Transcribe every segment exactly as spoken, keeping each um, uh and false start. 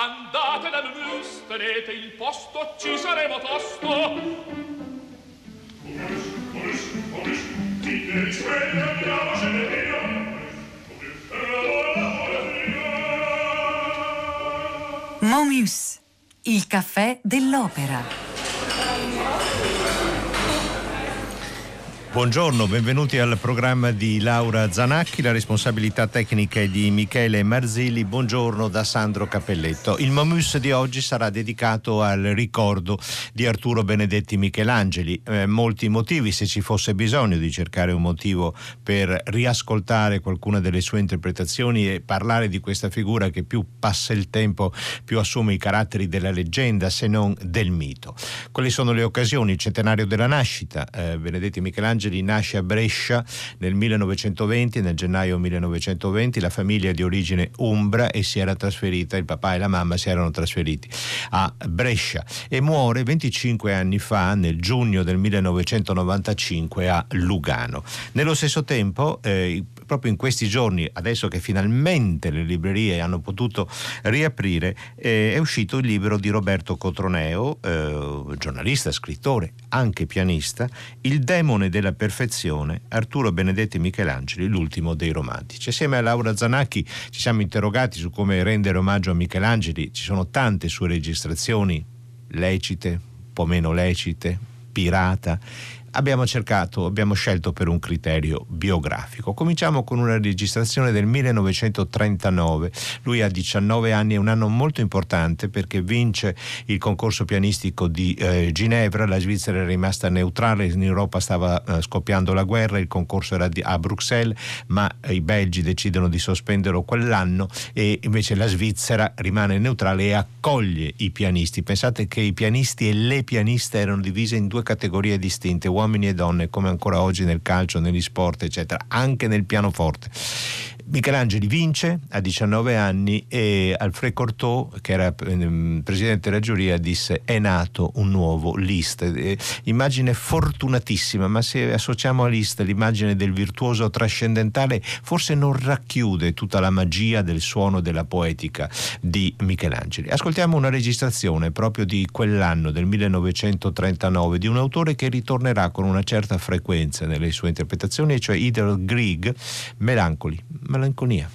andate dal Mus, tenete il posto, ci saremo tosto. Momus, il caffè dell'opera. Buongiorno, benvenuti al programma di Laura Zanacchi, la responsabilità tecnica è di Michele Marzilli. Buongiorno da Sandro Cappelletto. Il Momus di oggi sarà dedicato al ricordo di Arturo Benedetti Michelangeli. Eh, molti motivi, se ci fosse bisogno di cercare un motivo per riascoltare qualcuna delle sue interpretazioni e parlare di questa figura che più passa il tempo più assume i caratteri della leggenda se non del mito. Quali sono le occasioni? Il centenario della nascita. Eh, Benedetti Michelangeli nasce a Brescia nel millenovecentoventi, nel gennaio millenovecentoventi. La famiglia è di origine umbra e si era trasferita, il papà e la mamma si erano trasferiti a Brescia, e muore venticinque anni fa, nel giugno del millenovecentonovantacinque, a Lugano. Nello stesso tempo, eh, proprio in questi giorni, adesso che finalmente le librerie hanno potuto riaprire, eh, è uscito il libro di Roberto Cotroneo, eh, giornalista, scrittore, anche pianista, Il demone della perfezione, Arturo Benedetti Michelangeli, l'ultimo dei romantici. Assieme a Laura Zanacchi ci siamo interrogati su come rendere omaggio a Michelangeli. Ci sono tante sue registrazioni, lecite, un po' meno lecite, pirata. Abbiamo cercato, abbiamo scelto per un criterio biografico. Cominciamo con una registrazione del millenovecentotrentanove. Lui ha diciannove anni, è un anno molto importante perché vince il concorso pianistico di eh, Ginevra. La Svizzera è rimasta neutrale, in Europa stava eh, scoppiando la guerra, il concorso era di, a Bruxelles, ma eh, i belgi decidono di sospenderlo quell'anno e invece la Svizzera rimane neutrale e accoglie i pianisti. Pensate che i pianisti e le pianiste erano divise in due categorie distinte, uomini e donne, come ancora oggi nel calcio, negli sport, eccetera, anche nel pianoforte. Michelangeli vince a diciannove anni e Alfred Cortot, che era eh, presidente della giuria, disse: è nato un nuovo Liszt. Eh, immagine fortunatissima, ma se associamo a Liszt l'immagine del virtuoso trascendentale, forse non racchiude tutta la magia del suono, della poetica di Michelangeli. Ascoltiamo una registrazione proprio di quell'anno, del millenovecentotrentanove, di un autore che ritornerà con una certa frequenza nelle sue interpretazioni, cioè Idel Grieg, Melancoli. Melanconia.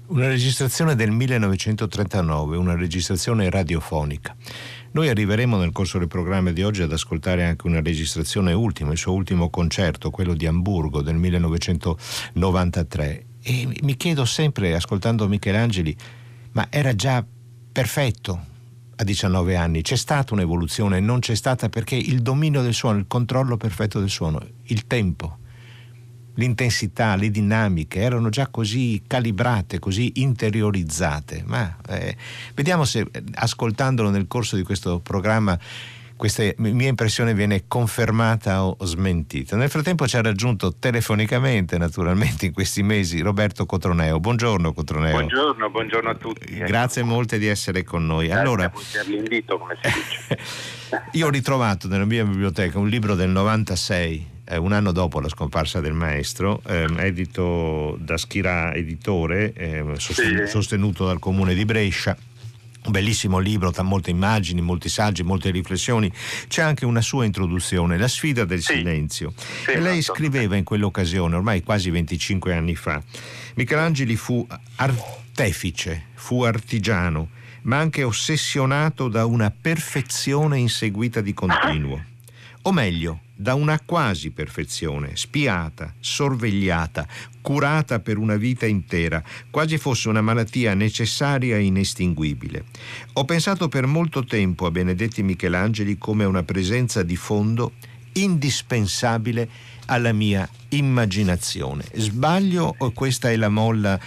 Una registrazione del millenovecentotrentanove, una registrazione radiofonica. Noi arriveremo nel corso del programma di oggi ad ascoltare anche una registrazione ultima, il suo ultimo concerto, quello di Amburgo del millenovecentonovantatré. E mi chiedo sempre, ascoltando Michelangeli, ma era già perfetto a diciannove anni? C'è stata un'evoluzione? Non c'è stata, perché il dominio del suono, il controllo perfetto del suono, il tempo, l'intensità, le dinamiche erano già così calibrate, così interiorizzate. Ma eh, vediamo se, ascoltandolo nel corso di questo programma, questa mia impressione viene confermata o smentita. Nel frattempo ci ha raggiunto telefonicamente, naturalmente, in questi mesi Roberto Cotroneo. Buongiorno Cotroneo. Buongiorno, buongiorno a tutti. Grazie molte di essere con noi. Grazie allora, per l'invito, come si dice. Io ho ritrovato nella mia biblioteca un libro del novantasei, eh, un anno dopo la scomparsa del maestro, eh, edito da Schirà Editore, eh, sosten- sì. sostenuto dal Comune di Brescia. Un bellissimo libro, tra molte immagini, molti saggi, molte riflessioni. C'è anche una sua introduzione, La sfida del sì. silenzio. Sì, e lei molto. scriveva in quell'occasione, ormai quasi venticinque anni fa: Michelangeli fu artefice, fu artigiano, ma anche ossessionato da una perfezione inseguita di continuo. O meglio, da una quasi perfezione, spiata, sorvegliata, curata per una vita intera, quasi fosse una malattia necessaria e inestinguibile. Ho pensato per molto tempo a Benedetti Michelangeli come una presenza di fondo indispensabile alla mia immaginazione. Sbaglio o questa è la molla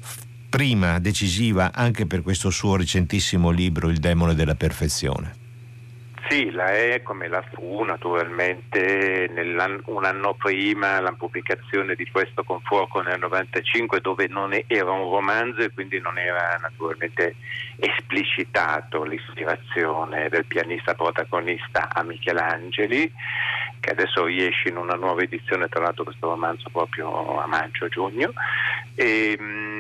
prima decisiva anche per questo suo recentissimo libro Il demone della perfezione? Sì, la è, come la fu naturalmente un anno prima la pubblicazione di Questo con fuoco nel novantacinque, dove non era un romanzo e quindi non era naturalmente esplicitato l'ispirazione del pianista protagonista a Michelangeli, che adesso riesce in una nuova edizione, tra l'altro questo romanzo proprio a maggio-giugno. E,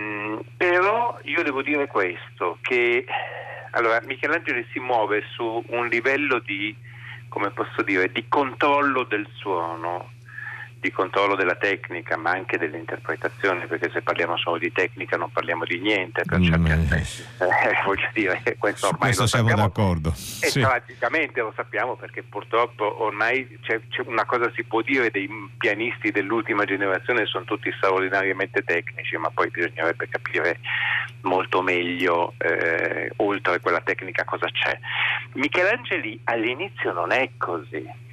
però io devo dire questo, che allora Michelangeli si muove su un livello di, come posso dire, di controllo del suono, di controllo della tecnica, ma anche dell'interpretazione, perché se parliamo solo di tecnica non parliamo di niente per certi aspetti. Eh, voglio dire, questo ormai questo lo siamo sappiamo, d'accordo. e Sì. tragicamente lo sappiamo, perché purtroppo ormai c'è, c'è una cosa si può dire dei pianisti dell'ultima generazione, sono tutti straordinariamente tecnici, ma poi bisognerebbe capire molto meglio eh, oltre quella tecnica cosa c'è. Michelangeli all'inizio non è così.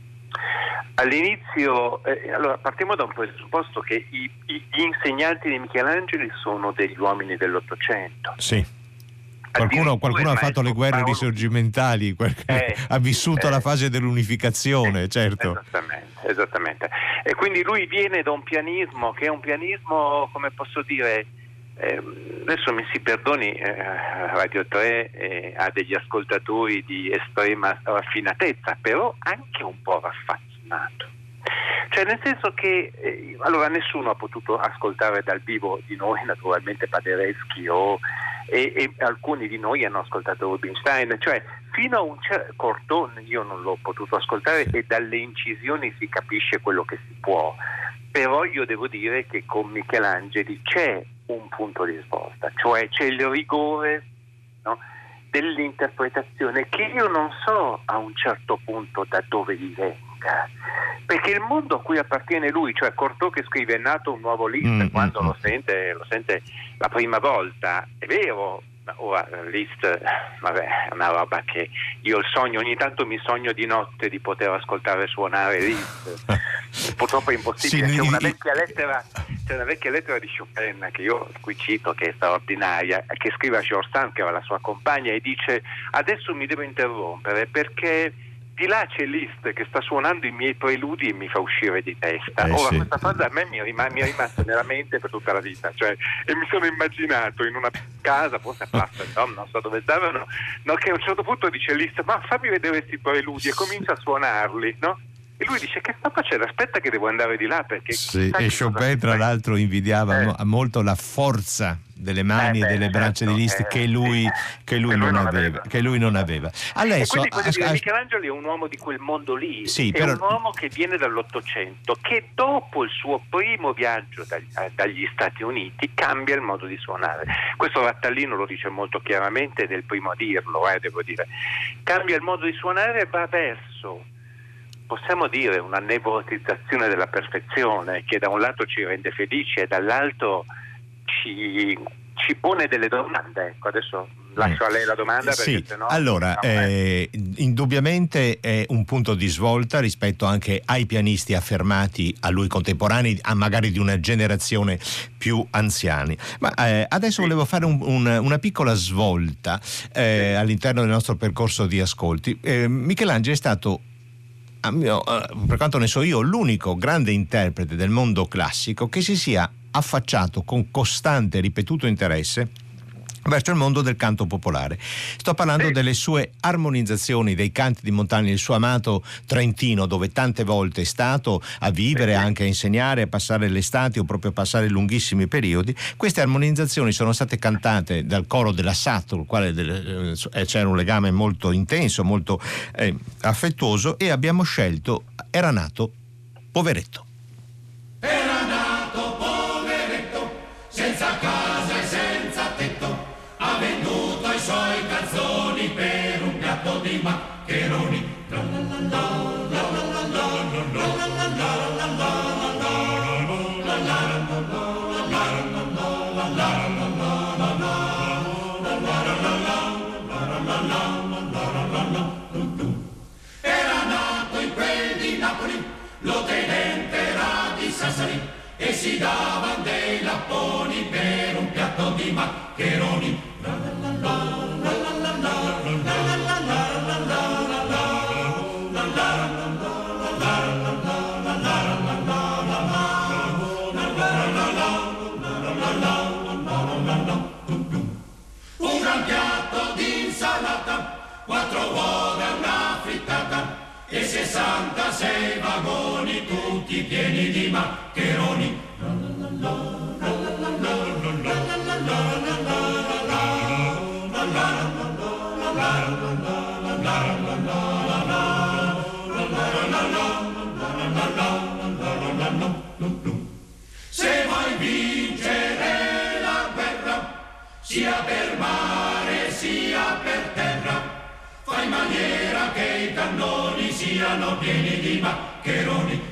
All'inizio, eh, allora partiamo da un presupposto che i, i, gli insegnanti di Michelangeli sono degli uomini dell'Ottocento. Sì. Qualcuno, qualcuno ha fatto le guerre Paolo... risorgimentali, eh, ha vissuto eh, la fase dell'unificazione, eh, certo. Esattamente, esattamente. E quindi lui viene da un pianismo che è un pianismo, come posso dire, eh, adesso mi si perdoni, eh, Radio tre eh, ha degli ascoltatori di estrema raffinatezza, però anche un po' raffazzonato. Cioè nel senso che eh, allora nessuno ha potuto ascoltare dal vivo di noi naturalmente Paderewski o e, e alcuni di noi hanno ascoltato Rubinstein, cioè fino a un certo Cortone io non l'ho potuto ascoltare e dalle incisioni si capisce quello che si può, però io devo dire che con Michelangeli c'è un punto di svolta, cioè c'è il rigore, no, dell'interpretazione che io non so a un certo punto da dove gli venga, perché il mondo a cui appartiene lui, cioè Cortot che scrive è nato un nuovo Liszt, mm, quando mm, lo sente lo sente la prima volta, è vero, ora Liszt vabbè è una roba che io il sogno, ogni tanto mi sogno di notte di poter ascoltare suonare Liszt, purtroppo è impossibile. C'è una vecchia lettera c'è una vecchia lettera di Chopin che io qui cito, che è straordinaria, che scrive a George Sand, che era la sua compagna, e dice: adesso mi devo interrompere perché di là c'è Liszt che sta suonando i miei preludi e mi fa uscire di testa. Eh, Ora sì. questa frase a me mi è, rim- mi è rimasta nella mente per tutta la vita, cioè, e mi sono immaginato in una casa, forse a Plaza Dom, non so dove stavano, no, che a un certo punto dice Liszt: ma fammi vedere questi preludi, e comincia a suonarli, no? E lui dice: che sta facendo? Aspetta che devo andare di là, perché sì, e Chopin tra l'altro invidiava eh. molto la forza delle mani Eh beh, e delle braccia certo, di Liszt eh, che lui, sì. che lui Che lui non non aveva, aveva. che lui non aveva. Adesso, e quindi voglio dire, as- as- Michelangelo è un uomo di quel mondo lì, Sì, è però- un uomo che viene dall'Ottocento, che dopo il suo primo viaggio dagli, eh, dagli Stati Uniti cambia il modo di suonare. Questo Rattallino lo dice molto chiaramente ed è il primo a dirlo, eh, devo dire. Cambia il modo di suonare e va verso, possiamo dire, una neurotizzazione della perfezione che da un lato ci rende felici e dall'altro ci, ci pone delle domande. Ecco, adesso lascio a lei la domanda perché Sì, sennò allora, no, eh. eh, indubbiamente è un punto di svolta rispetto anche ai pianisti affermati a lui contemporanei, a magari di una generazione più anziani. Ma eh, adesso volevo fare un, un, una piccola svolta eh, all'interno del nostro percorso di ascolti. Eh, Michelangelo è stato, a mio, eh, per quanto ne so io, l'unico grande interprete del mondo classico che si sia affacciato con costante e ripetuto interesse verso il mondo del canto popolare. Sto parlando Sì. delle sue armonizzazioni dei canti di montagna del suo amato Trentino, dove tante volte è stato a vivere, Sì. anche a insegnare, a passare le estati o proprio a passare lunghissimi periodi. Queste armonizzazioni sono state cantate dal coro della S A T, con il quale eh, c'era un legame molto intenso, molto eh, affettuoso, e abbiamo scelto Era nato poveretto. Era nato poveretto, senza casa e senza tetto, ha venduto i suoi calzoni per un piatto di maccheroni. Era nato in quel di Napoli, lotenente era di Sassari, e si davan dei lapponi per un piatto di maccheroni. Un gran piatto di insalata, quattro uova e una frittata, e sessantasei vagoni tutti pieni di maccheroni. Se vuoi vincere la guerra, sia per mare sia per terra, fai in maniera che i cannoni siano pieni di maccheroni.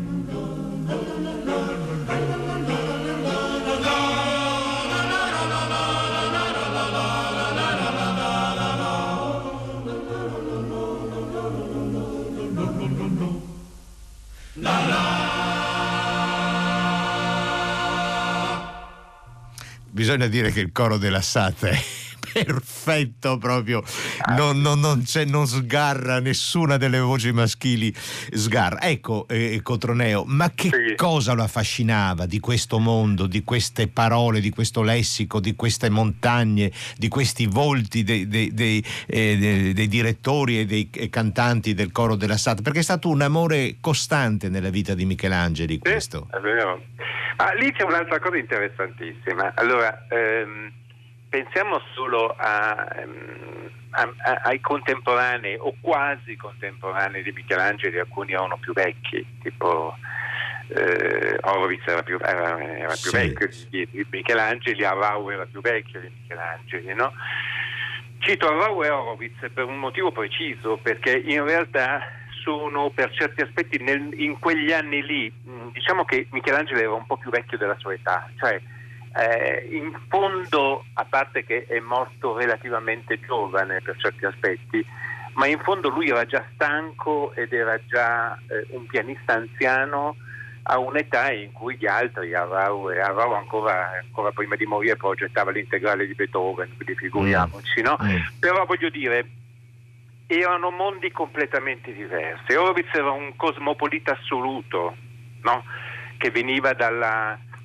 Bisogna dire che il coro della S A T è perfetto, proprio non, non, non, c'è, non sgarra, nessuna delle voci maschili sgarra. Ecco, eh, Cotroneo, ma che Sì. cosa lo affascinava di questo mondo, di queste parole, di questo lessico, di queste montagne, di questi volti dei, dei, dei, eh, dei, dei direttori e dei eh, cantanti del coro della S A T? Perché è stato un amore costante nella vita di Michelangelo questo. Sì, è vero. Ah, lì c'è un'altra cosa interessantissima. Allora, ehm, pensiamo solo a, ehm, a, a, ai contemporanei o quasi contemporanei di Michelangelo, alcuni erano più vecchi, tipo eh, Horowitz era più, era, era più Sì. vecchio di, di Michelangelo, Arrau era più vecchio di Michelangelo, no? Cito Arrau e Horowitz per un motivo preciso, perché in realtà sono per certi aspetti nel, in quegli anni lì, mh, diciamo che Michelangelo era un po' più vecchio della sua età, cioè eh, in fondo, a parte che è morto relativamente giovane per certi aspetti, ma in fondo lui era già stanco ed era già eh, un pianista anziano a un'età in cui gli altri, Arrau, e Arrau ancora, ancora prima di morire progettava l'integrale di Beethoven, quindi figuriamoci, no? Mm. Però voglio dire, erano mondi completamente diversi. Horowitz era un cosmopolita assoluto, no? Che veniva dalla,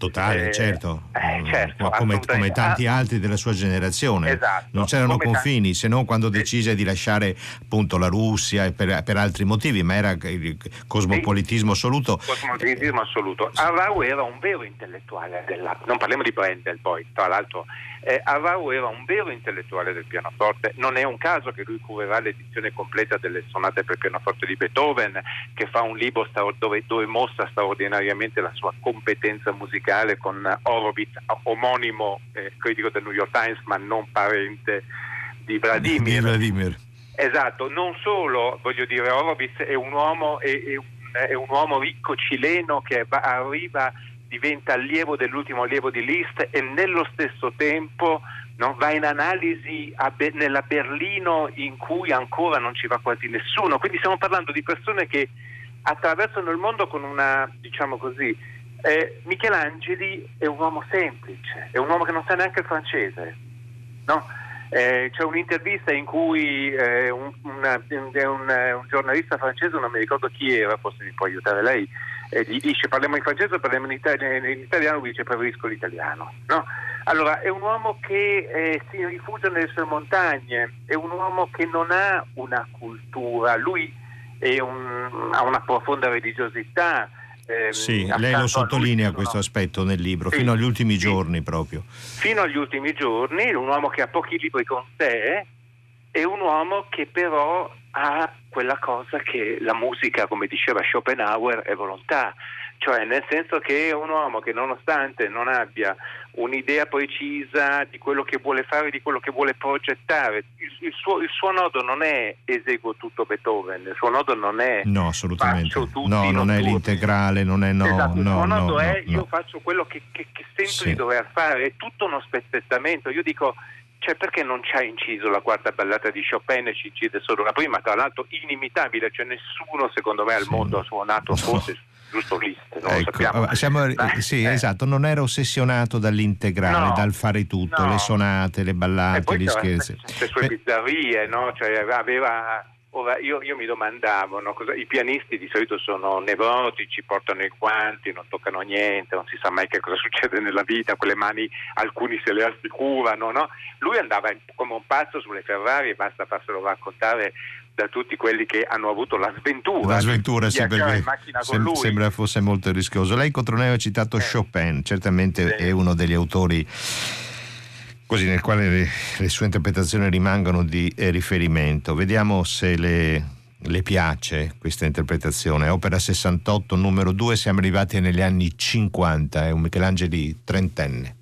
Totale, Eh, certo, eh, certo, come, come assolutamente. tanti Ah, altri della sua generazione. Esatto. Non c'erano Come confini, tanti- se non quando Eh, decise di lasciare appunto la Russia e per, per altri motivi, ma era il cosmopolitismo assoluto. Cosmopolitismo assoluto. Arrau era un vero intellettuale della, non parliamo di Brendel poi, tra l'altro, eh, Arrau era un vero intellettuale del pianoforte. Non è un caso che lui curerà l'edizione completa delle sonate per pianoforte di Beethoven, che fa un libro straor- dove, dove mostra straordinariamente la sua competenza musicale con Horowitz, omonimo eh, critico del New York Times, ma non parente di Vladimir. Di Vladimir. Esatto, non solo, voglio dire, Horowitz è un uomo, è, è un, è un uomo ricco cileno che va, arriva, diventa allievo dell'ultimo allievo di Liszt e nello stesso tempo, no, va in analisi a Be- nella Berlino in cui ancora non ci va quasi nessuno. Quindi stiamo parlando di persone che attraversano il mondo con una, diciamo così, eh, Michelangeli è un uomo semplice, è un uomo che non sa neanche il francese, no? Eh, c'è un'intervista in cui eh, un, una, un, un, un giornalista francese, non mi ricordo chi era, forse mi può aiutare lei, eh, gli dice parliamo in francese o parliamo in, itali- in italiano, lui dice preferisco l'italiano, no? Allora è un uomo che eh, si rifugia nelle sue montagne, è un uomo che non ha una cultura, lui è un, ha una profonda religiosità. Ehm, Sì, lei lo accanto a sottolinea lui, questo no? aspetto nel libro, Sì, fino agli ultimi sì. giorni proprio. Fino agli ultimi giorni, un uomo che ha pochi libri con sé, è un uomo che però ha quella cosa che la musica, come diceva Schopenhauer, è volontà. Cioè nel senso che è un uomo che nonostante non abbia un'idea precisa di quello che vuole fare, di quello che vuole progettare, il, il, suo, il suo nodo non è eseguo tutto Beethoven, il suo nodo non è No, assolutamente. faccio tutti No, i non è notturni. l'integrale, non è no, Esatto, il no, suo no, nodo no, è no. io faccio quello che, che, che sento Sì. di dover fare, è tutto uno spezzettamento. Io dico, cioè perché non ci ha inciso la quarta ballata di Chopin e ci incide solo la prima, tra l'altro inimitabile, cioè nessuno secondo me al Sì. mondo ha suonato No. forse giusto Liszt, non lo Ecco, sappiamo. siamo- Eh, sì, eh. esatto, non era ossessionato dall'integrale, No, dal fare tutto, no. le sonate, le E ballate, poi gli c'era scherzi. le sue Beh, bizzarrie, no? Cioè aveva, ora io, io mi domandavo, no? Cosa, i pianisti di solito sono nevrotici, portano i guanti, non toccano niente, non si sa mai che cosa succede nella vita, quelle mani alcuni se le assicurano, no? Lui andava come un pazzo sulle Ferrari e basta farselo raccontare da tutti quelli che hanno avuto la sventura, La sventura, di sì, viaggiare perché in macchina con sem- lui. sembra fosse molto rischioso. Lei, Cotroneo, ha citato Eh. Chopin, certamente Sì. è uno degli autori così nel quale le, le sue interpretazioni rimangono di eh, riferimento. Vediamo se le, le piace questa interpretazione. Opera sessantotto, numero due, siamo arrivati negli anni cinquanta, è un Michelangeli trentenne.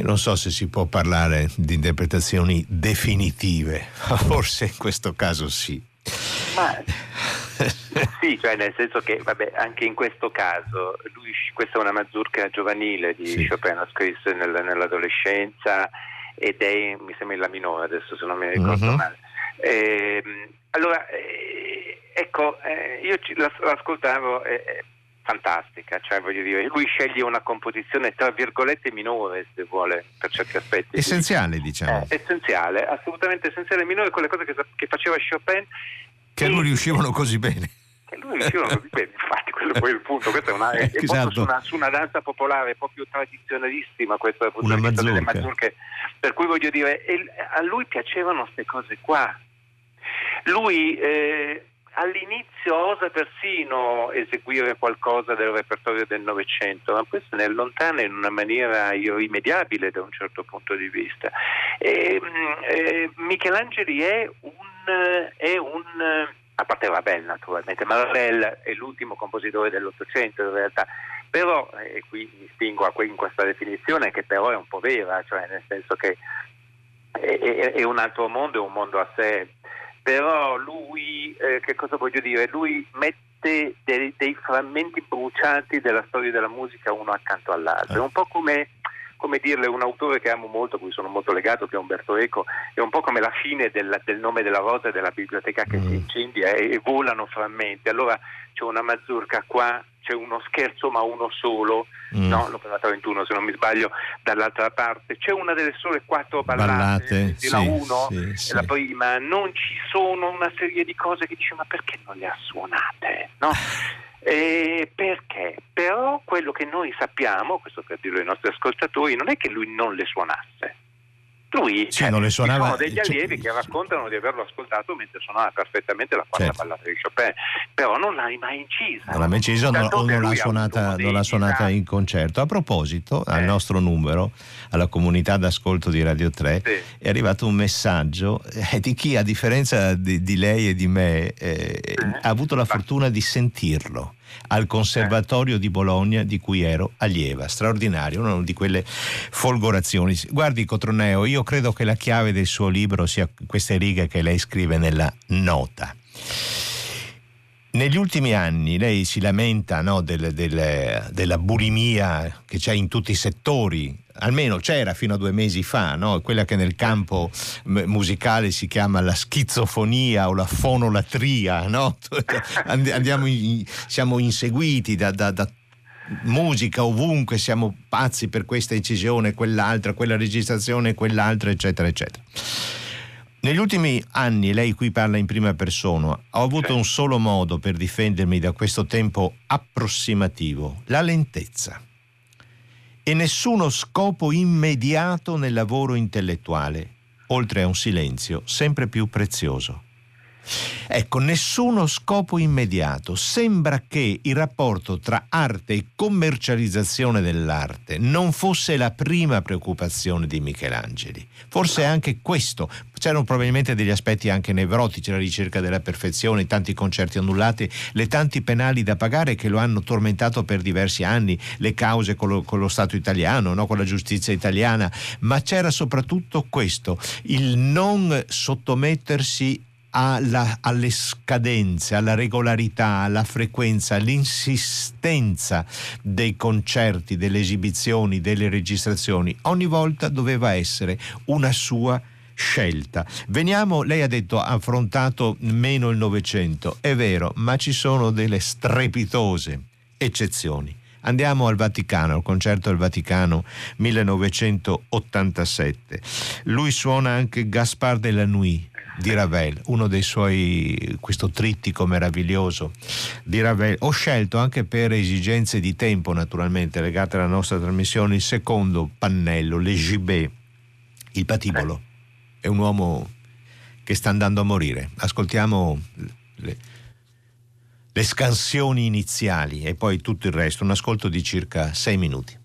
non so se si può parlare di interpretazioni definitive, forse in questo caso sì. Ma sì, cioè nel senso che vabbè, anche in questo caso lui, questa è una mazurka giovanile di sì. Chopin, ha scritto nel, nell'adolescenza ed è, mi sembra, in la minore adesso, se non mi ricordo uh-huh. male. Eh, allora eh, ecco, eh, io ci, l'ascoltavo, è fantastica, cioè voglio dire, lui sceglie una composizione tra virgolette minore, se vuole, per certi aspetti essenziale, diciamo eh, essenziale, assolutamente essenziale, minore, quelle cose che, che faceva Chopin che a lui riuscivano così bene che lui riuscivano così bene, infatti quello poi è il punto. Questo è, una, è esatto. su, una, su una danza popolare proprio tradizionalissima, questa una mazurka. delle mazurche, per cui voglio dire, a lui piacevano queste cose qua. Lui eh, all'inizio osa persino eseguire qualcosa del repertorio del Novecento, ma poi se ne allontana in una maniera irrimediabile da un certo punto di vista. E, e, Michelangeli è un, è un a parte Ravel naturalmente, ma Ravel è l'ultimo compositore dell'Ottocento in realtà, però, e qui mi spingo a in questa definizione che però è un po' vera, cioè nel senso che è, è, è un altro mondo, è un mondo a sé. Però lui, eh, che cosa voglio dire? Lui mette dei, dei frammenti bruciati della storia della musica uno accanto all'altro. È un po' come, come dirle, un autore che amo molto, a cui sono molto legato, che è Umberto Eco, è un po' come la fine del, del Nome della rosa della biblioteca che mm. si incendia e, e volano frammenti. Allora c'è una mazurka qua, c'è uno scherzo ma uno solo, mm. no, l'opera trentuno se non mi sbaglio, dall'altra parte c'è una delle sole quattro ballate, ballate sì, la uno sì, e sì. la prima, non ci sono una serie di cose che dice ma perché non le ha suonate, no? E perché? Però quello che noi sappiamo, questo per dirlo ai nostri ascoltatori, non è che lui non le suonasse. Lui, sì, cioè, non le suonava, ci sono degli allievi cioè, che raccontano di averlo ascoltato mentre suonava perfettamente la quarta certo. ballata di Chopin, però non l'ha mai incisa. Non l'ha mai incisa non, o non l'ha suonata, non l'ha suonata in concerto. A proposito, eh. al nostro numero, alla comunità d'ascolto di Radio tre, sì. è arrivato un messaggio eh, di chi, a differenza di, di lei e di me, eh, eh. ha avuto la fortuna di sentirlo al Conservatorio eh. di Bologna, di cui ero allieva. Straordinario, una di quelle folgorazioni. Guardi Cotroneo, io credo che la chiave del suo libro sia queste righe che lei scrive nella nota. Negli ultimi anni lei si lamenta, no, del, del, della bulimia che c'è in tutti i settori, almeno c'era fino a due mesi fa, no? Quella che nel campo m- musicale si chiama la schizofonia o la fonolatria, no? Andiamo in, siamo inseguiti da, da, da musica ovunque, siamo pazzi per questa incisione, quell'altra, quella registrazione, quell'altra, eccetera, eccetera. Negli ultimi anni, lei qui parla in prima persona, ho avuto un solo modo per difendermi da questo tempo approssimativo, la lentezza, e nessuno scopo immediato nel lavoro intellettuale, oltre a un silenzio sempre più prezioso. Ecco, nessuno scopo immediato. Sembra che il rapporto tra arte e commercializzazione dell'arte non fosse la prima preoccupazione di Michelangeli. Forse anche questo. C'erano probabilmente degli aspetti anche nevrotici, la ricerca della perfezione, i tanti concerti annullati, le tanti penali da pagare che lo hanno tormentato per diversi anni, le cause con lo, con lo Stato italiano, no? Con la giustizia italiana, ma c'era soprattutto questo, il non sottomettersi Alla, alle scadenze, alla regolarità, alla frequenza, all'insistenza dei concerti, delle esibizioni, delle registrazioni. Ogni volta doveva essere una sua scelta. Veniamo, lei ha detto ha affrontato meno il Novecento, è vero, ma ci sono delle strepitose eccezioni. Andiamo al Vaticano, al concerto del Vaticano millenovecentottantasette. Lui suona anche Gaspard de la Nuit di Ravel, uno dei suoi, questo trittico meraviglioso di Ravel. Ho scelto anche per esigenze di tempo naturalmente legate alla nostra trasmissione il secondo pannello, Le Gibet, il patibolo. È un uomo che sta andando a morire. Ascoltiamo le, le scansioni iniziali e poi tutto il resto, un ascolto di circa sei minuti.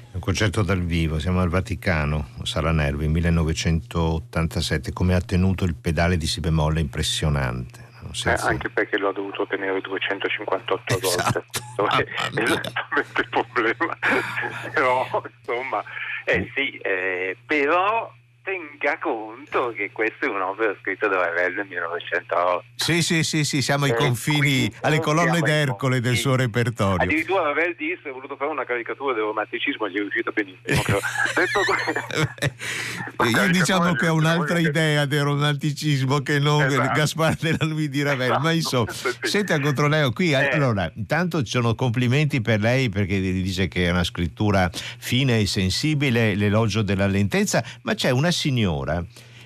Un concerto dal vivo, siamo al Vaticano, Sala Nervi, millenovecentottantasette, come ha tenuto il pedale di si bemolle, impressionante. No? Senza... Eh, anche perché l'ho dovuto tenere duecentocinquantotto esatto. volte, è esattamente il problema. Però, insomma, eh sì, eh, però tenga conto che questa è un'opera scritta da Ravel nel millenovecentootto. Sì, sì, sì, sì, siamo ai eh, confini, alle colonne d'Ercole del suo repertorio. Addirittura Ravel disse: ho voluto fare una caricatura del romanticismo e gli è riuscito benissimo. Detto Io diciamo che ho un'altra che... idea del romanticismo che non esatto. Gaspar della Nuit di Ravel, esatto. Ma insomma, sì. Senta Cotroleo, qui eh. allora, intanto ci sono complimenti per lei perché dice che è una scrittura fine e sensibile, l'elogio della lentezza, ma c'è una signora,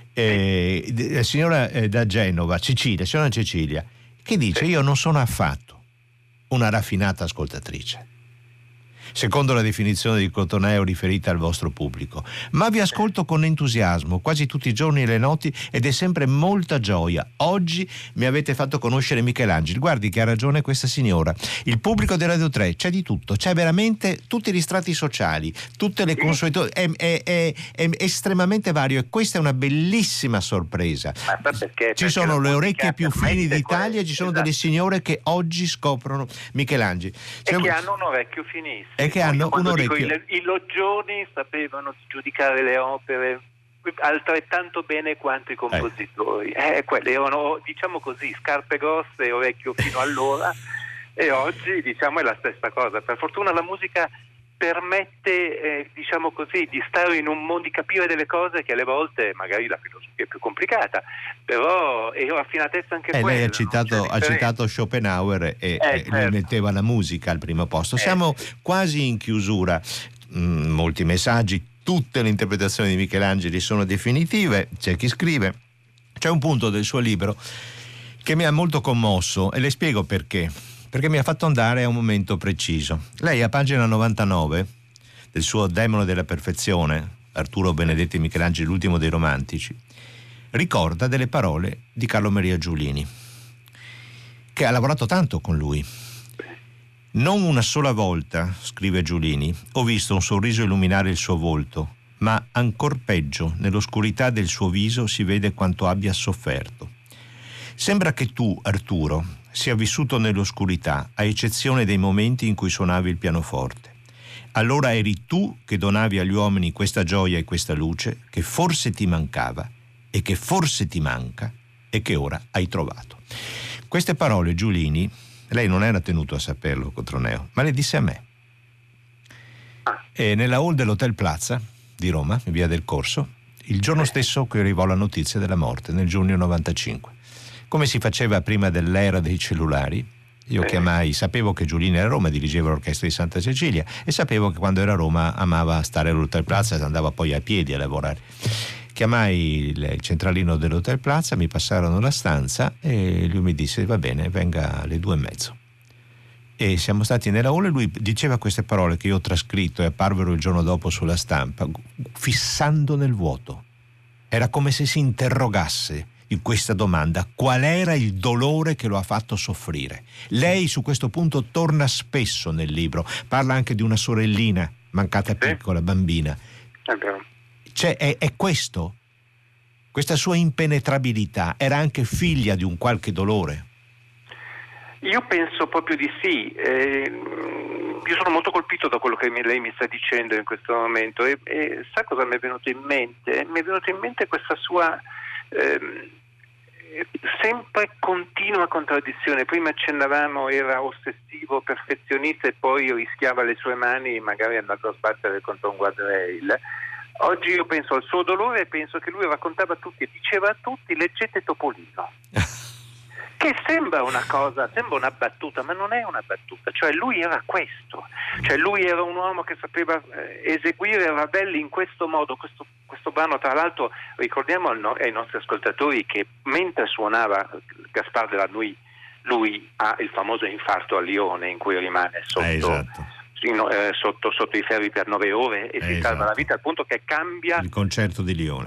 eh, la signora eh, da Genova, Cecilia, signora Cecilia, che dice: io non sono affatto una raffinata ascoltatrice, secondo la definizione di Cotoneo riferita al vostro pubblico, ma vi ascolto con entusiasmo quasi tutti i giorni e le notti ed è sempre molta gioia. Oggi mi avete fatto conoscere Michelangelo. Guardi che ha ragione questa signora, il pubblico di Radio tre c'è di tutto, c'è veramente tutti gli strati sociali, tutte le consuetudini, è, è, è, è estremamente vario e questa è una bellissima sorpresa. Ma perché? Ci perché sono le orecchie più fini d'Italia e ci sono esatto. delle signore che oggi scoprono Michelangelo. E che hanno un orecchio finissimo. E che hanno un orecchio. Dico, i, I loggioni sapevano giudicare le opere altrettanto bene quanto i compositori. Eh. Eh, quelli erano, diciamo così, scarpe grosse e orecchio fino allora, e oggi diciamo è la stessa cosa. Per fortuna la musica permette, eh, diciamo così, di stare in un mondo, di capire delle cose che alle volte magari la filosofia è più complicata, però è raffinatezza anche eh, quella. Lei ha citato, ha citato Schopenhauer e, eh, e certo. lui metteva la musica al primo posto. Eh, Siamo sì. quasi in chiusura, mm, molti messaggi, tutte le interpretazioni di Michelangelo sono definitive, c'è chi scrive. C'è un punto del suo libro che mi ha molto commosso e le spiego perché. Perché mi ha fatto andare a un momento preciso. Lei a pagina novantanove del suo Demone della perfezione, Arturo Benedetti Michelangelo, l'ultimo dei romantici, ricorda delle parole di Carlo Maria Giulini, che ha lavorato tanto con lui. Non una sola volta, scrive Giulini, ho visto un sorriso illuminare il suo volto, ma ancor peggio, nell'oscurità del suo viso si vede quanto abbia sofferto. Sembra che tu, Arturo, sia vissuto nell'oscurità, a eccezione dei momenti in cui suonavi il pianoforte. Allora eri tu che donavi agli uomini questa gioia e questa luce che forse ti mancava e che forse ti manca e che ora hai trovato. Queste parole Giulini, lei non era tenuto a saperlo, Cotroneo, ma le disse a me. E nella hall dell'Hotel Plaza di Roma, in via del Corso, il giorno stesso che arrivò la notizia della morte, nel giugno novantacinque. Come si faceva prima dell'era dei cellulari, io eh. chiamai, sapevo che Giulini era a Roma, dirigeva l'orchestra di Santa Cecilia e sapevo che quando era a Roma amava stare all'Hotel Plaza e andava poi a piedi a lavorare. Chiamai il, il centralino dell'Hotel Plaza, mi passarono la stanza e lui mi disse: va bene, venga alle due e mezzo. E siamo stati nella hall e lui diceva queste parole che io ho trascritto e apparvero il giorno dopo sulla stampa, fissando nel vuoto. Era come se si interrogasse in questa domanda: qual era il dolore che lo ha fatto soffrire? Lei su questo punto torna spesso nel libro, parla anche di una sorellina mancata sì. piccola, bambina. È vero. Cioè, è, è questo? Questa sua impenetrabilità era anche figlia di un qualche dolore? Io penso proprio di sì. Eh, io sono molto colpito da quello che lei mi sta dicendo in questo momento e, e sa cosa mi è venuto in mente? Mi è venuto in mente questa sua ehm, sempre continua contraddizione. Prima accennavamo era ossessivo, perfezionista e poi rischiava le sue mani magari andando a sbattere contro un guardrail. Oggi io penso al suo dolore e penso che lui raccontava a tutti e diceva a tutti: leggete Topolino. Che sembra una cosa, sembra una battuta, ma non è una battuta. Cioè lui era questo, cioè lui era un uomo che sapeva eh, eseguire Ravel in questo modo. Questo, questo brano, tra l'altro, ricordiamo ai nostri ascoltatori che mentre suonava Gaspard de la Nuit, lui ha il famoso infarto a Lione in cui rimane sotto, eh, esatto. in, eh, sotto, sotto i ferri per nove ore e eh, si salva esatto. la vita, al punto che cambia il concerto di Lione.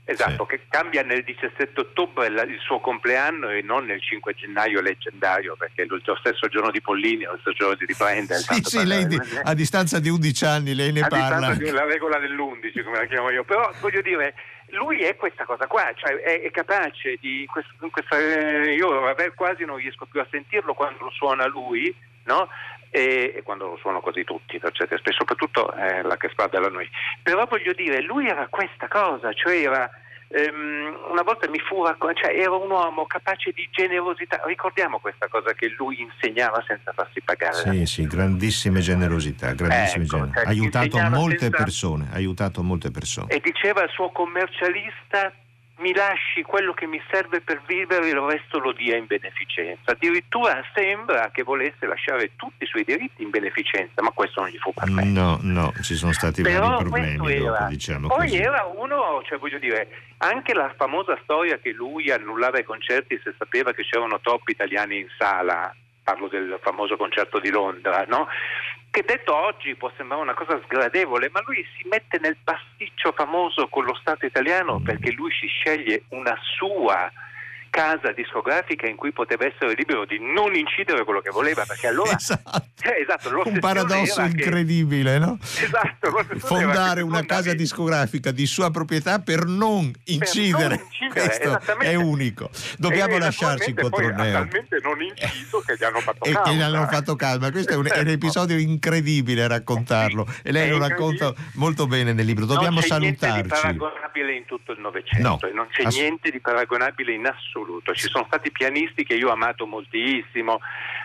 Esatto, sì. Che cambia nel diciassette ottobre il suo compleanno e non nel cinque gennaio leggendario, perché è lo stesso giorno di Pollini, lo stesso giorno di Riprendel. Sì, sì, lei di, a distanza di undici anni lei ne a parla. A distanza della regola dell'undici, come la chiamo io, però voglio dire, lui è questa cosa qua, cioè è, è capace di questa, questa, io quasi non riesco più a sentirlo quando lo suona lui, no? E, e quando lo suono quasi tutti, per certi aspetti, soprattutto eh, la che spada noi. Però voglio dire, lui era questa cosa, cioè era um, una volta mi fu cioè era un uomo capace di generosità. Ricordiamo questa cosa che lui insegnava senza farsi pagare. Sì, sì, grandissime generosità, grandissime ecco, generosità. Cioè, ha aiutato molte senza... persone, ha aiutato molte persone. E diceva al suo commercialista: mi lasci quello che mi serve per vivere, il resto lo dia in beneficenza. Addirittura sembra che volesse lasciare tutti i suoi diritti in beneficenza, ma questo non gli fu permesso. No, no, ci sono stati Però vari problemi era, dopo, diciamo poi così. era uno, cioè voglio dire, anche la famosa storia che lui annullava i concerti se sapeva che c'erano troppi italiani in sala, parlo del famoso concerto di Londra, no? Che detto oggi può sembrare una cosa sgradevole, ma lui si mette nel pasticcio famoso con lo Stato italiano perché lui si sceglie una sua casa discografica in cui poteva essere libero di non incidere quello che voleva, perché allora esatto, eh, esatto un paradosso incredibile, che... no? Esatto, fondare una fondavi... casa discografica di sua proprietà per non incidere, per non incidere questo è unico. Dobbiamo e lasciarci Cotroneo. Talmente non inciso che gli hanno fatto e calma. che gli hanno fatto calma. Questo è un, è un episodio incredibile raccontarlo, e lei lo racconta molto bene nel libro. Dobbiamo non c'è salutarci. Niente di paragonabile in tutto il Novecento, no, e non c'è ass- niente di paragonabile in assoluto. Ci sono stati pianisti che io ho amato moltissimo,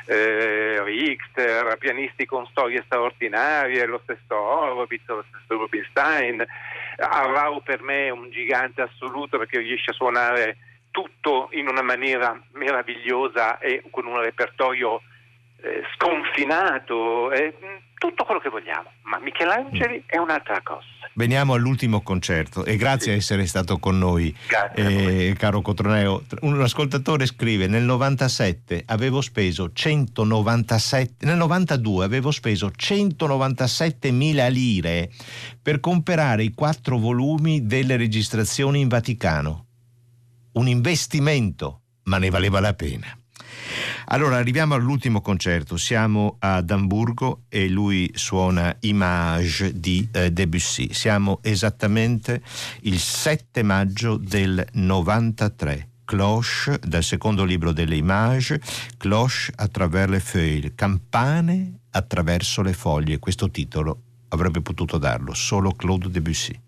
eh, Richter, pianisti con storie straordinarie, lo stesso Horowitz, lo stesso Rubinstein. Arrau per me è un gigante assoluto perché riesce a suonare tutto in una maniera meravigliosa e con un repertorio eh, sconfinato, eh, tutto quello che vogliamo, ma Michelangeli è un'altra cosa. Veniamo all'ultimo concerto e grazie sì. a essere stato con noi, eh, caro Cotroneo. Un ascoltatore scrive: nel novantasette avevo speso centonovantasette, nel novantadue avevo speso centonovantasettemila lire per comprare i quattro volumi delle registrazioni in Vaticano. Un investimento, ma ne valeva la pena. Allora arriviamo all'ultimo concerto, siamo ad Amburgo e lui suona Image di eh, Debussy. Siamo esattamente il sette maggio del novantatré. Cloche, dal secondo libro delle Images, Cloche à travers les feuilles, campane attraverso le foglie. Questo titolo avrebbe potuto darlo solo Claude Debussy.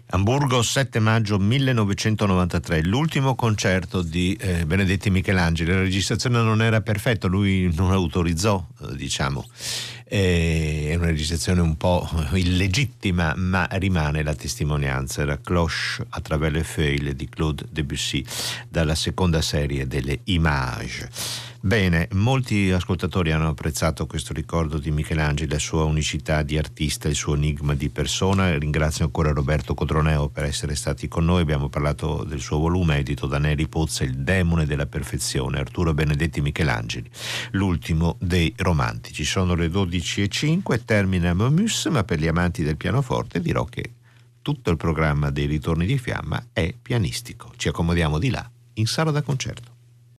Amburgo, sette maggio millenovecentonovantatré, l'ultimo concerto di eh, Benedetti Michelangeli. La registrazione non era perfetta, lui non autorizzò, eh, diciamo. È una registrazione un po' illegittima, ma rimane la testimonianza. Era Cloche à travers les feuilles di Claude Debussy, dalla seconda serie delle Images. Bene, molti ascoltatori hanno apprezzato questo ricordo di Michelangelo, la sua unicità di artista, il suo enigma di persona. Ringrazio ancora Roberto Codroneo per essere stati con noi. Abbiamo parlato del suo volume edito da Neri Pozza, Il demone della perfezione, Arturo Benedetti Michelangeli, l'ultimo dei romantici. Sono le dodici e cinque, termina Momus, ma per gli amanti del pianoforte dirò che tutto il programma dei Ritorni di Fiamma è pianistico. Ci accomodiamo di là, in sala da concerto.